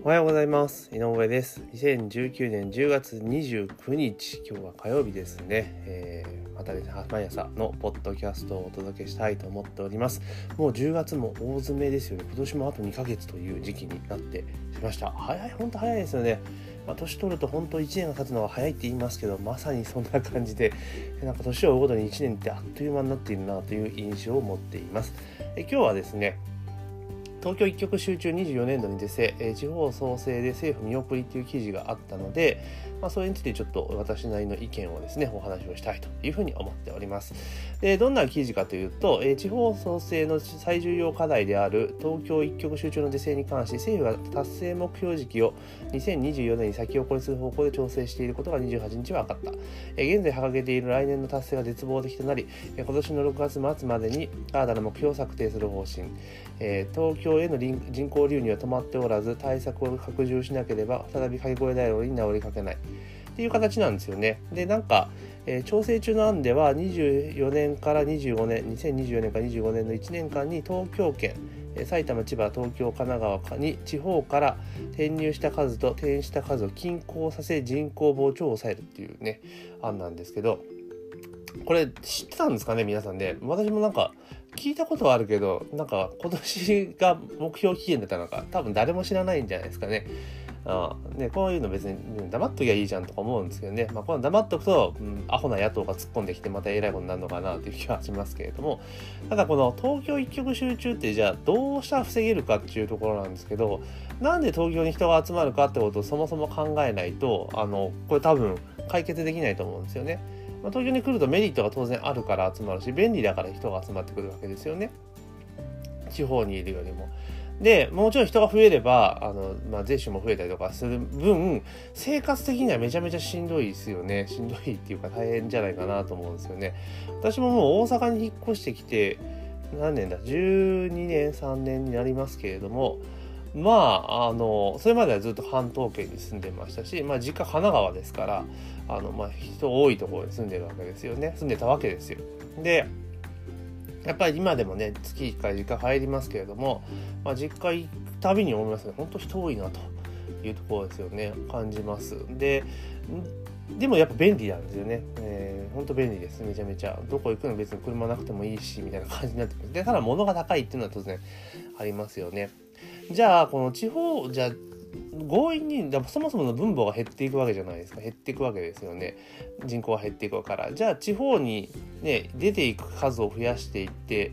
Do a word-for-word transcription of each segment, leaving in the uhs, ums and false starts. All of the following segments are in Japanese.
おはようございます。井上です。にせんじゅうきゅうねんじゅうがつにじゅうくにち、今日は火曜日ですね。えー、またですね、毎朝のポッドキャストをお届けしたいと思っております。もうじゅうがつも大詰めですよね。今年もあとにかげつという時期になってしました。早い、本当早いですよね。まあ、年取ると本当いちねんが経つのは早いって言いますけど、まさにそんな感じで、なんか年を追うごとにいちねんってあっという間になっているなという印象を持っています。え今日はですね、東京一極集中にじゅうよねんどに是正、えー、地方創生で政府見送りという記事があったので、まあ、それについてちょっと私なりの意見をですねお話をしたいというふうに思っております。でどんな記事かというと、えー、地方創生の最重要課題である東京一極集中の是正に関し、政府が達成目標時期をにせんにじゅうよねんに先送りする方向で調整していることがにじゅうはちにち分かった。えー、現在掲げている来年の達成が絶望的となり、えー、今年のろくがつ末までに新たな目標を策定する方針、えー、東京への人口流入は止まっておらず、対策を拡充しなければ再び駆け越え大路に治りかけないっていう形なんですよね。でなんか、えー、調整中の案ではにじゅうよねんからにじゅうごねん、にせんにじゅうよねんからにじゅうごねんのいちねんかんに東京圏、えー、埼玉、千葉、東京、神奈川に地方から転入した数と転出した数を均衡させ、人口膨張を抑えるっていうね案なんですけど、これ知ってたんですかね皆さんね。私もなんか聞いたことはあるけど、なんか今年が目標期限だったのか多分誰も知らないんじゃないですかね。あねこういうの別に黙っときゃいいじゃんとか思うんですけどね、まあ、この黙っとくと、うん、アホな野党が突っ込んできてまたえらいことになるのかなという気はしますけれども、ただこの東京一極集中ってじゃあどうしたら防げるかっていうところなんですけど、なんで東京に人が集まるかってことをそもそも考えないと、あのこれ多分解決できないと思うんですよね。まあ、東京に来るとメリットが当然あるから集まるし、便利だから人が集まってくるわけですよね、地方にいるよりも。でもちろん人が増えればあの、まあ、税収も増えたりとかする分、生活的にはめちゃめちゃしんどいですよね。しんどいっていうか大変じゃないかなと思うんですよね。私ももう大阪に引っ越してきて何年だじゅうにねんさんねんになりますけれども、まああのそれまではずっと関東圏に住んでましたし、まあ、実家神奈川ですから、あの、まあ、人多いところに住んでるわけですよね。住んでたわけですよ。でやっぱり今でもね月いっかい実家入りますけれども、まあ、実家行くたびに思いますね。本当人多いなというところですよね。感じます。ででもやっぱ便利なんですよね。えー、本当便利です。めちゃめちゃどこ行くの別に車なくてもいいしみたいな感じになってくる。でただ物が高いっていうのは当然ありますよね。じゃあこの地方じゃあ強引にそもそもの分母が減っていくわけじゃないですか。減っていくわけですよね。人口が減っていくから、じゃあ地方にね出ていく数を増やしていって、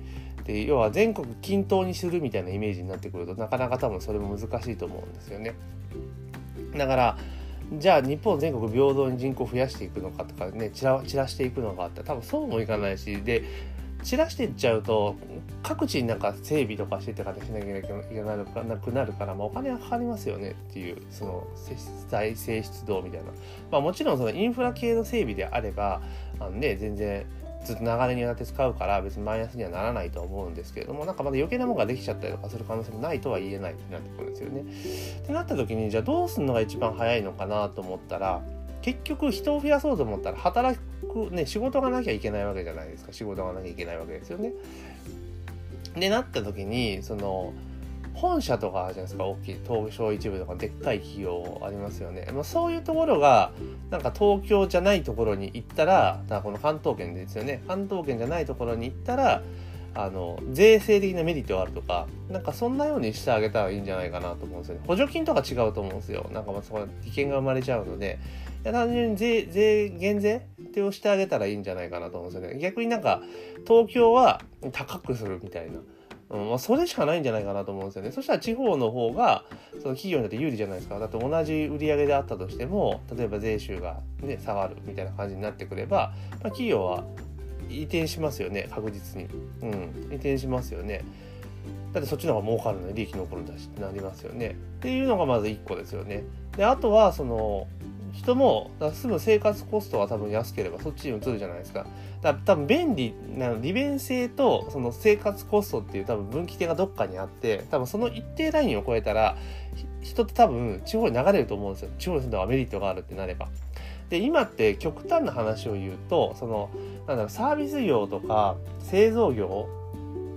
で要は全国均等にするみたいなイメージになってくると、なかなか多分それも難しいと思うんですよね。だからじゃあ日本全国平等に人口を増やしていくのかとかね、散ら、散らしていくのかって多分そうもいかないし、で散らしていっちゃうと各地になんか整備とかしてって形しなきゃいけなくなるから、まあ、お金がかかりますよねっていう、その財政出動みたいな、まあ、もちろんそのインフラ系の整備であればあの、ね、全然ずっと流れにわたって使うから別にマイナスにはならないと思うんですけれども、なんかまだ余計なものができちゃったりとかする可能性もないとは言えないってなってくるんですよね。ってなった時にじゃあどうするのが一番早いのかなと思ったら、結局人を増やそうと思ったら働くね仕事がなきゃいけないわけじゃないですか。仕事がなきゃいけないわけですよね。でなった時にその本社とかじゃないですか、大きい東証一部とかでっかい企業ありますよね。まあ、そういうところがなんか東京じゃないところに行ったら、だからこの関東圏ですよね。関東圏じゃないところに行ったらあの税制的なメリットがあるとか、なんかそんなようにしてあげたらいいんじゃないかなと思うんですよね。補助金とか違うと思うんですよ。なんかまあそこで利権が生まれちゃうので、いや単純に税税減税ってをしてあげたらいいんじゃないかなと思うんですよね。逆になんか東京は高くするみたいな、うんまあ、それしかないんじゃないかなと思うんですよね。そしたら地方の方がその企業にとって有利じゃないですか。だって同じ売り上げであったとしても、例えば税収が、ね、下がるみたいな感じになってくれば、まあ、企業は移転しますよね。確実に、うん、移転しますよね。だってそっちの方が儲かるのに利益残るんだしってなりますよね。っていうのがまずいっこですよね。であとはその人も住む生活コストが多分安ければそっちに移るじゃないですか。だから多分便利な利便性とその生活コストっていう多分分岐点がどっかにあって、多分その一定ラインを超えたら人って多分地方に流れると思うんですよ。地方に住んだらメリットがあるってなれば。で今って極端な話を言うと、そのなんだろうサービス業とか製造業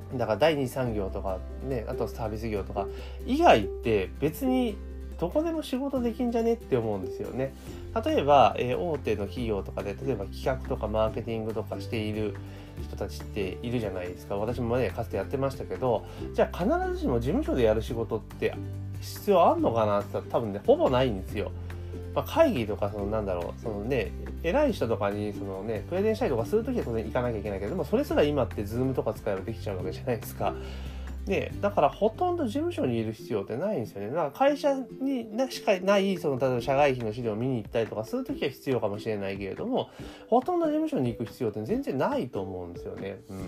だから第二次産業とかね、あとサービス業とか以外って別にどこでも仕事できんじゃねって思うんですよね。例えば、えー、大手の企業とかで例えば企画とかマーケティングとかしている人たちっているじゃないですか。私もねかつてやってましたけど、じゃあ必ずしも事務所でやる仕事って必要あんのかなって言ったら多分ねほぼないんですよ。まあ、会議とかそのなんだろうそのね偉い人とかにそのねプレゼンしたりとかするときは当然行かなきゃいけないけども、それすら今ってズームとか使えばできちゃうわけじゃないですか。でだからほとんど事務所にいる必要ってないんですよね。だから会社にしかないその例えば社外費の資料を見に行ったりとかするときは必要かもしれないけれども、ほとんど事務所に行く必要って全然ないと思うんですよね。うん、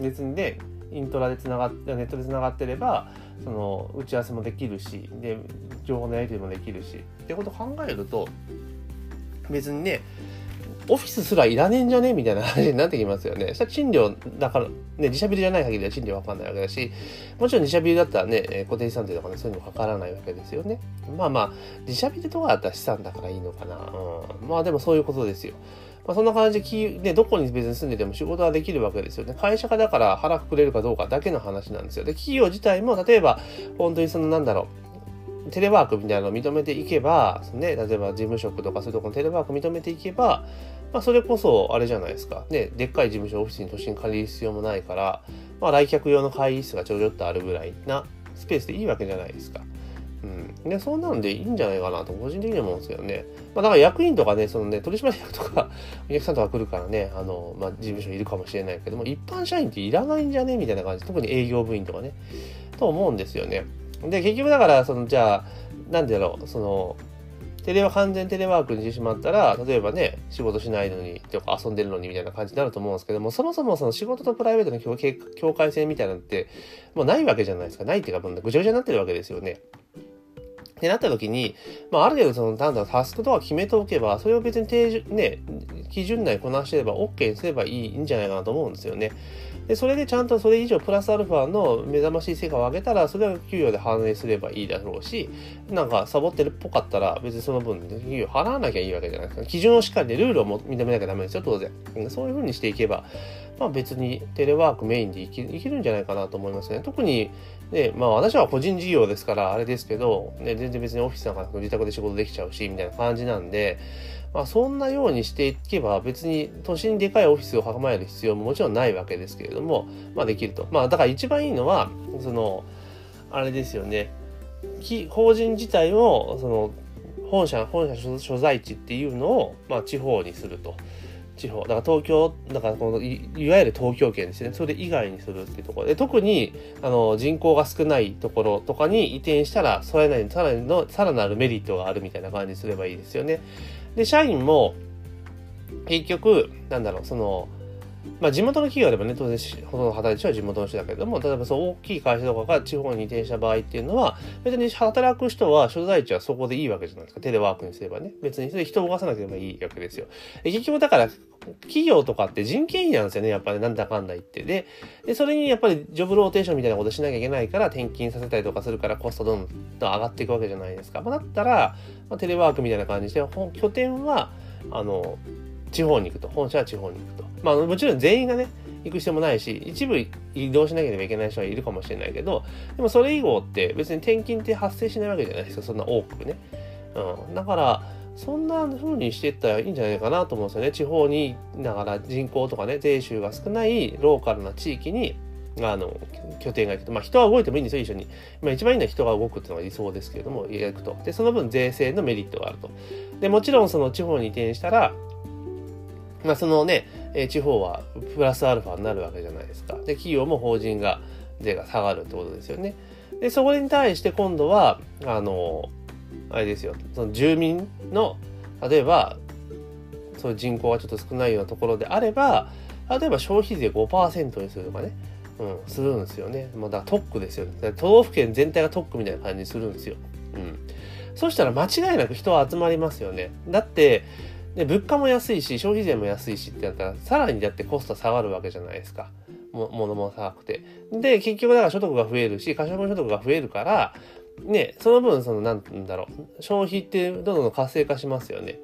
別にねイントラでつながってネットでつながってればその打ち合わせもできるし、で情報のやり取りもできるしってことを考えると、別にねオフィスすらいらねえんじゃねみたいな話になってきますよね。それ賃料だからね、自社ビルじゃない限りは賃料わかんないわけだし、もちろん自社ビルだったらね固定資産税とかねそういうのもかからないわけですよね。まあまあ自社ビルとかだったら資産だからいいのかな、うん、まあでもそういうことですよ。まあ、そんな感じで、ね、どこに別に住んでても仕事はできるわけですよね。会社がだから腹くくれるかどうかだけの話なんですよ。で企業自体も例えば本当にそのなんだろうテレワークみたいなのを認めていけば、ね、例えば事務職とかそういうところのテレワーク認めていけば、まあ、それこそあれじゃないですか、ね、でっかい事務所オフィスに都心借りる必要もないから、まあ、来客用の会議室がちょろっとあるぐらいなスペースでいいわけじゃないですか。うん、でそんなんでいいんじゃないかなと個人的には思うんですけどね。まあ、だから役員とかね、そのね取締役とかお客さんとか来るからね、あの、まあ、事務所いるかもしれないけども、一般社員っていらないんじゃねみたいな感じ、特に営業部員とかねと思うんですよね。で結局だからそのじゃあなんでだろうそのテレワ完全テレワークにしてしまったら、例えばね仕事しないのにとか遊んでるのにみたいな感じになると思うんですけども、そもそもその仕事とプライベートの境界境界線みたいなのってもうないわけじゃないですか。ないっていうかもうぐちゃぐちゃになってるわけですよね。ってなった時に、まあ、ある程度そのなんだろうタスクとか決めておけば、それを別に定準ね基準内こなしてれば OK にすればいいんじゃないかなと思うんですよね。でそれでちゃんとそれ以上プラスアルファの目覚ましい成果を上げたら、それは給与で反映すればいいだろうし、なんかサボってるっぽかったら別にその分給与払わなきゃいいわけじゃないですか。基準をしっかりでルールをも認めなきゃダメですよ当然。そういう風にしていけば、まあ、別にテレワークメインでいけ、いけるんじゃないかなと思いますね。特にね、まあ私は個人事業ですからあれですけど、ね、全然別にオフィスなんか自宅で仕事できちゃうしみたいな感じなんで、まあ、そんなようにしていけば別に都心にでかいオフィスを構える必要ももちろんないわけですけれども、まあできると。まあだから一番いいのはそのあれですよね。法人自体をその本社本社所在地っていうのをまあ地方にすると。地方だから東京だからこの い, いわゆる東京圏ですね。それ以外にするっていうところで、特にあの人口が少ないところとかに移転したらそれなりにさらのさらなるメリットがあるみたいな感じにすればいいですよね。で社員も結局なんだろうそのまあ地元の企業でもね当然ほとんど働いてる人は地元の人だけども、例えばそう大きい会社とかが地方に移転した場合っていうのは別に働く人は所在地はそこでいいわけじゃないですか。テレワークにすればね別にそれ人を動かさなければいいわけですよ。で結局だから企業とかって人件費なんですよねやっぱり、ね、なんだかんだ言ってででそれにやっぱりジョブローテーションみたいなことしなきゃいけないから転勤させたりとかするからコストどんどん上がっていくわけじゃないですか。まあ、だったら、まあ、テレワークみたいな感じで拠点はあの地方に行くと、本社は地方に行くと。まあもちろん全員がね行く必要もないし、一部移動しなければいけない人はいるかもしれないけど、でもそれ以後って別に転勤って発生しないわけじゃないですか、そんな多くね。うん、だからそんな風にしていったらいいんじゃないかなと思うんですよね。地方にだから人口とかね税収が少ないローカルな地域にあの拠点が行くと、まあ人は動いてもいいんですよ一緒に。まあ一番いいのは人が動くっていうのが理想ですけれども、行くと。でその分税制のメリットがあると。でもちろんその地方に移転したら。まあそのね、えー、地方はプラスアルファになるわけじゃないですか。で、企業も法人が税が下がるってことですよね。で、そこに対して今度は、あの、あれですよ、その住民の、例えば、そういう人口がちょっと少ないようなところであれば、例えば消費税 ごパーセント にするとかね、うん、するんですよね。もうだから特区ですよね。都道府県全体が特区みたいな感じにするんですよ。うん。そしたら間違いなく人は集まりますよね。だって、で物価も安いし消費税も安いしってなったらさらにだってコスト下がるわけじゃないですか。も物も高くて。で結局だから所得が増えるし可処分所得が増えるからね、その分そのなんだろう消費ってどんどん活性化しますよね。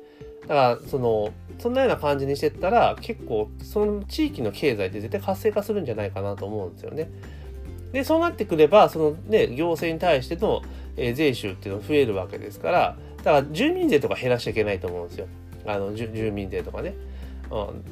だからそのそんなような感じにしてったら結構その地域の経済って絶対活性化するんじゃないかなと思うんですよね。でそうなってくればそのね行政に対しての、えー、税収っていうのが増えるわけですから、だから住民税とか減らしちゃいけないと思うんですよ。あの住民税とかね、うん、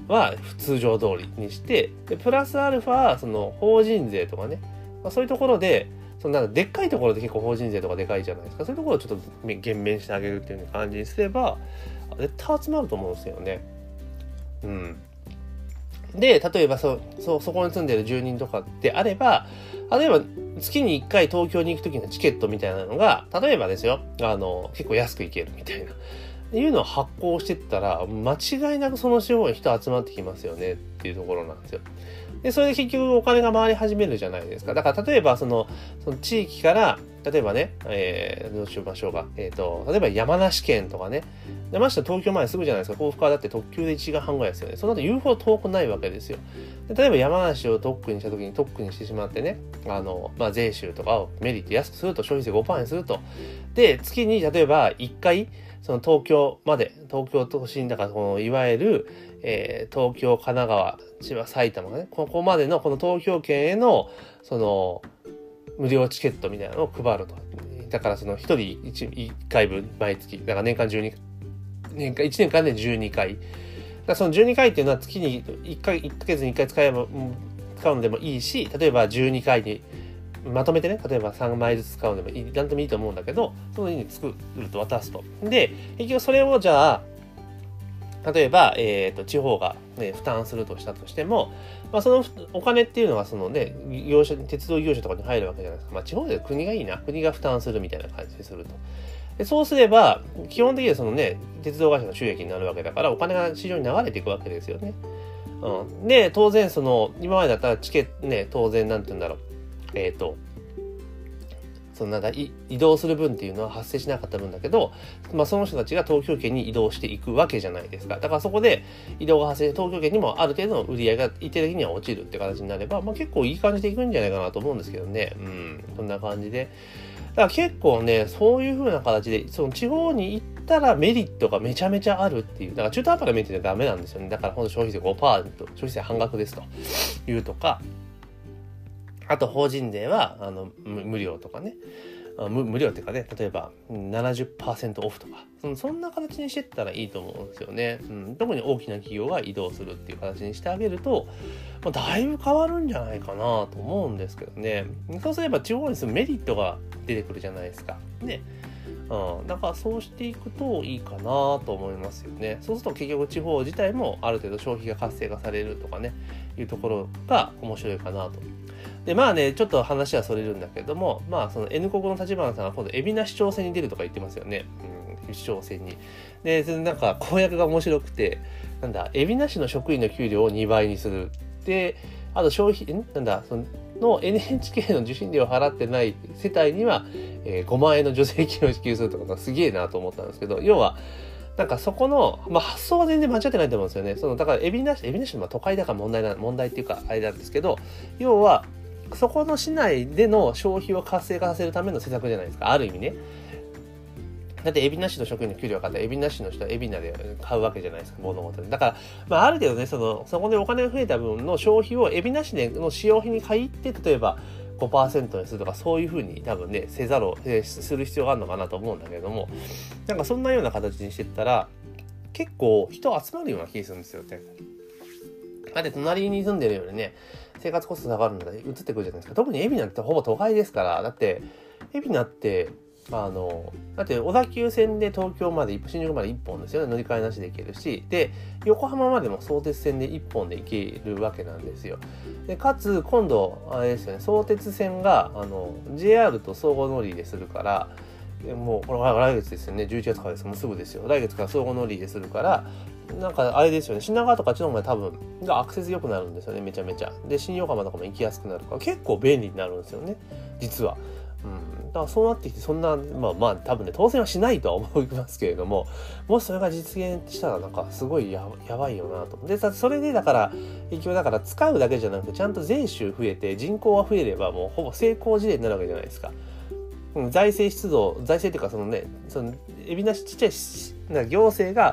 は通常通りにして、でプラスアルファその法人税とかね、まあ、そういうところでそのなんかでっかいところで結構法人税とかでかいじゃないですか。そういうところをちょっと減免してあげるっていう感じにすれば絶対集まると思うんですよね。うん。で、例えばそ、そ、そこに住んでる住人とかであれば、例えば月にいっかい東京に行くときのチケットみたいなのが、例えばですよ、あの、結構安く行けるみたいな。いうのを発行してったら、間違いなくその地方に人集まってきますよねっていうところなんですよ。で、それで結局お金が回り始めるじゃないですか。だから例えばその、その地域から、例えばね、えー、どうしましょうか。えっと、例えば山梨県とかね。山梨と東京まですぐじゃないですか。甲府からだって特急でいちじかんはんぐらいですよね。その後言うほど遠くないわけですよ。で例えば山梨を特区にした時に特区にしてしまってね、あの、まあ、税収とかをメリット安くすると、消費税 ごパーセント にすると。で、月に例えばいっかい、その東京まで、東京都心だから、このいわゆる、えー、東京、神奈川、千葉、埼玉ね、ここまでのこの東京圏への、その、無料チケットみたいなのを配ると。だからそのひとり 1, いっかいぶん毎月、だから年間じゅうに、年間いちねんかんでじゅうにかい。だからそのじゅうにかいっていうのは月にいっかい、いっかげつにいっかい使えば、使うのでもいいし、例えばじゅうにかいにまとめてね、例えばさんまいずつ使うのでもいい、なんでもいいと思うんだけど、そのように作ると渡すと。で、結局それをじゃあ、例えば、えっと、地方が、ね、負担するとしたとしても、まあ、そのお金っていうのは、そのね、業者、鉄道業者とかに入るわけじゃないですか。まあ、地方で国がいいな。国が負担するみたいな感じにすると。でそうすれば、基本的にはそのね、鉄道会社の収益になるわけだから、お金が市場に流れていくわけですよね。うん。で、当然、その、今までだったらチケット、ね、当然、なんて言うんだろう。えっと、そのなんか移動する分っていうのは発生しなかった分だけど、まあ、その人たちが東京圏に移動していくわけじゃないですか。だからそこで移動が発生して東京圏にもある程度の売り上げが一定的には落ちるって形になれば、まあ、結構いい感じでいくんじゃないかなと思うんですけどね。うん、こんな感じで。だから結構ね、そういう風な形で、その地方に行ったらメリットがめちゃめちゃあるっていう。だから中途半端なメリットじゃダメなんですよね。だからほんと消費税 ごパーセント、消費税半額ですというとか、あと法人税はあの無料とかね。無, 無料っていうかね、例えば ななじゅっパーセント オフとか、そ, そんな形にしてったらいいと思うんですよね。うん、特に大きな企業が移動するっていう形にしてあげると、まあ、だいぶ変わるんじゃないかなと思うんですけどね。そうすれば地方に住むメリットが出てくるじゃないですか。ね。うん、だからそうしていくといいかなと思いますよね。そうすると結局地方自体もある程度消費が活性化されるとかね、いうところが面白いかなと。で、まあね、ちょっと話はそれるんだけども、まあその N 国の立花さんが今度海老名市長選に出るとか言ってますよね。うん、市長選に。で、なんか公約が面白くて、なんだ、海老名市の職員の給料をにばいにする。で、あと消費、んなんだ、その、の エヌエイチケー の受信料を払ってない世帯には、えー、ごまんえんの助成金を支給するとかすげえなと思ったんですけど、要は、なんかそこの、まあ発想は全然間違ってないと思うんですよね。その、だから海老名市、海老名市の都会だから問題な、問題っていうか、あれなんですけど、要は、そこの市内での消費を活性化させるための施策じゃないですか。ある意味ね。だって海老名市の職員の給料が買ったら海老名市の人は海老名で買うわけじゃないですか、物事で。だから、まあある程度ね、その、そこでお金が増えた分の消費を海老名市での使用費に限って、例えば ごパーセント にするとか、そういうふうに多分ね、せざるを、えー、する必要があるのかなと思うんだけれども、なんかそんなような形にしてったら、結構人集まるような気がするんですよね。だって隣に住んでるよりね、生活コスト下がるので移ってくるじゃないですか。特に海老名ってほぼ都会ですから、だって海老名って、あの、だって小田急線で東京まで、新宿までいっぽんですよね。乗り換えなしで行けるし、で、横浜までも相鉄線でいっぽんで行けるわけなんですよ。で、かつ、今度、あれですよね、相鉄線が、あの、ジェイアール と相互乗り入れするから、もう、これ来月ですよね。じゅういちがつからです。もうすぐですよ。来月から相互乗り入れするから、なんかあれですよね。品川とかあっちの方が多分、がアクセス良くなるんですよね。めちゃめちゃ。で、新横浜とかも行きやすくなるから、結構便利になるんですよね。実は。うん。だからそうなってきて、そんな、まあまあ多分ね、当選はしないとは思いますけれども、もしそれが実現したらなんかすごい や, やばいよなと。で、それでだから、結局だから使うだけじゃなくて、ちゃんと税収増えて人口が増えれば、もうほぼ成功事例になるわけじゃないですか。財政出動、財政っていうかそのね、その、海老名市ちっちゃい、行政が、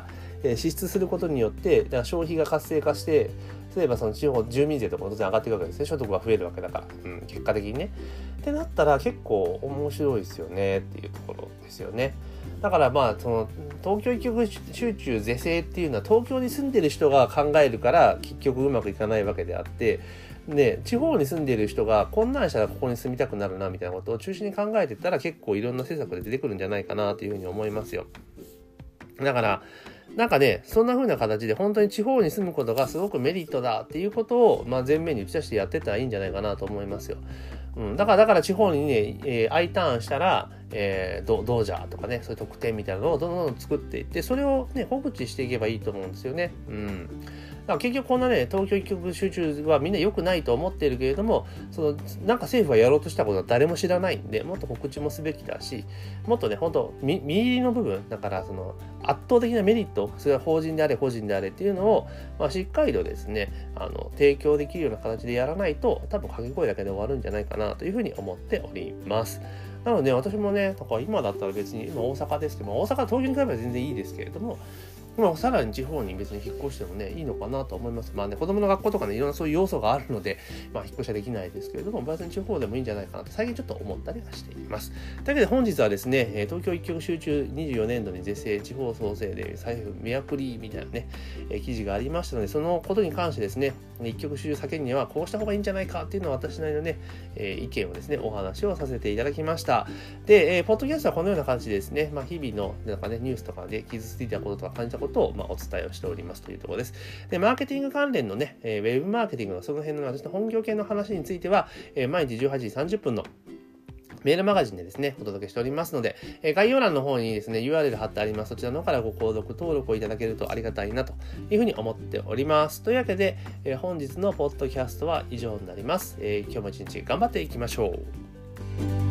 えー、支出することによってだから消費が活性化して、例えばその地方住民税とかも当然上がっていくわけですね。所得が増えるわけだから、うん、結果的にね。ってなったら結構面白いですよねっていうところですよね。だからまあその東京一極集中是正っていうのは東京に住んでる人が考えるから結局うまくいかないわけであって、で地方に住んでいる人がこんなんしたらここに住みたくなるなみたいなことを中心に考えていったら結構いろんな政策で出てくるんじゃないかなというふうに思いますよ。だからなんかね、そんな風な形で本当に地方に住むことがすごくメリットだっていうことを、まあ、前面に打ち出してやってったらいいんじゃないかなと思いますよ。うん、だからだから地方にね、えー、I ターンしたら、えー、どどうじゃとかね、そういう特典みたいなのをどんどん作っていって、それをね放置していけばいいと思うんですよね。うん。だから結局こんなね東京一極集中はみんな良くないと思っているけれども、そのなんか政府がやろうとしたことは誰も知らないんで、もっと告知もすべきだし、もっとね本当み見入りの部分だからその圧倒的なメリット、それは法人であれ個人であれっていうのを、まあ、しっかりとですねあの提供できるような形でやらないと多分掛け声だけで終わるんじゃないかなというふうに思っております。なので私もね、なんか今だったら別に今大阪ですけど、大阪東京に比べれば全然いいですけれども、まあ、さらに地方に別に引っ越してもねいいのかなと思います。まあね、子供の学校とかねいろんなそういう要素があるので、まあ引っ越しはできないですけれども、別に地方でもいいんじゃないかなと最近ちょっと思ったりはしています。というわけで本日はですね、東京一極集中にじゅうよねんどに是正地方創生で財布見送りみたいなね、えー、記事がありましたので、そのことに関してですね、一極集中避けるにはこうした方がいいんじゃないかっていうのは私なりのね、えー、意見をですねお話をさせていただきました。で、えー、ポッドキャストはこのような感じでですね、まあ、日々のなんかねニュースとかで傷ついたこととか感じたことを、まあ、お伝えをしておりますというところです。で、マーケティング関連のね、えー、ウェブマーケティングのその辺の私の本業系の話については、えー、毎日じゅうはちじさんじゅっぷんのメールマガジンでですね、お届けしておりますので、えー、概要欄の方にですね、ユーアールエル 貼ってあります。そちらの方からご購読、登録をいただけるとありがたいなというふうに思っております。というわけで、えー、本日のポッドキャストは以上になります。えー、今日も一日頑張っていきましょう。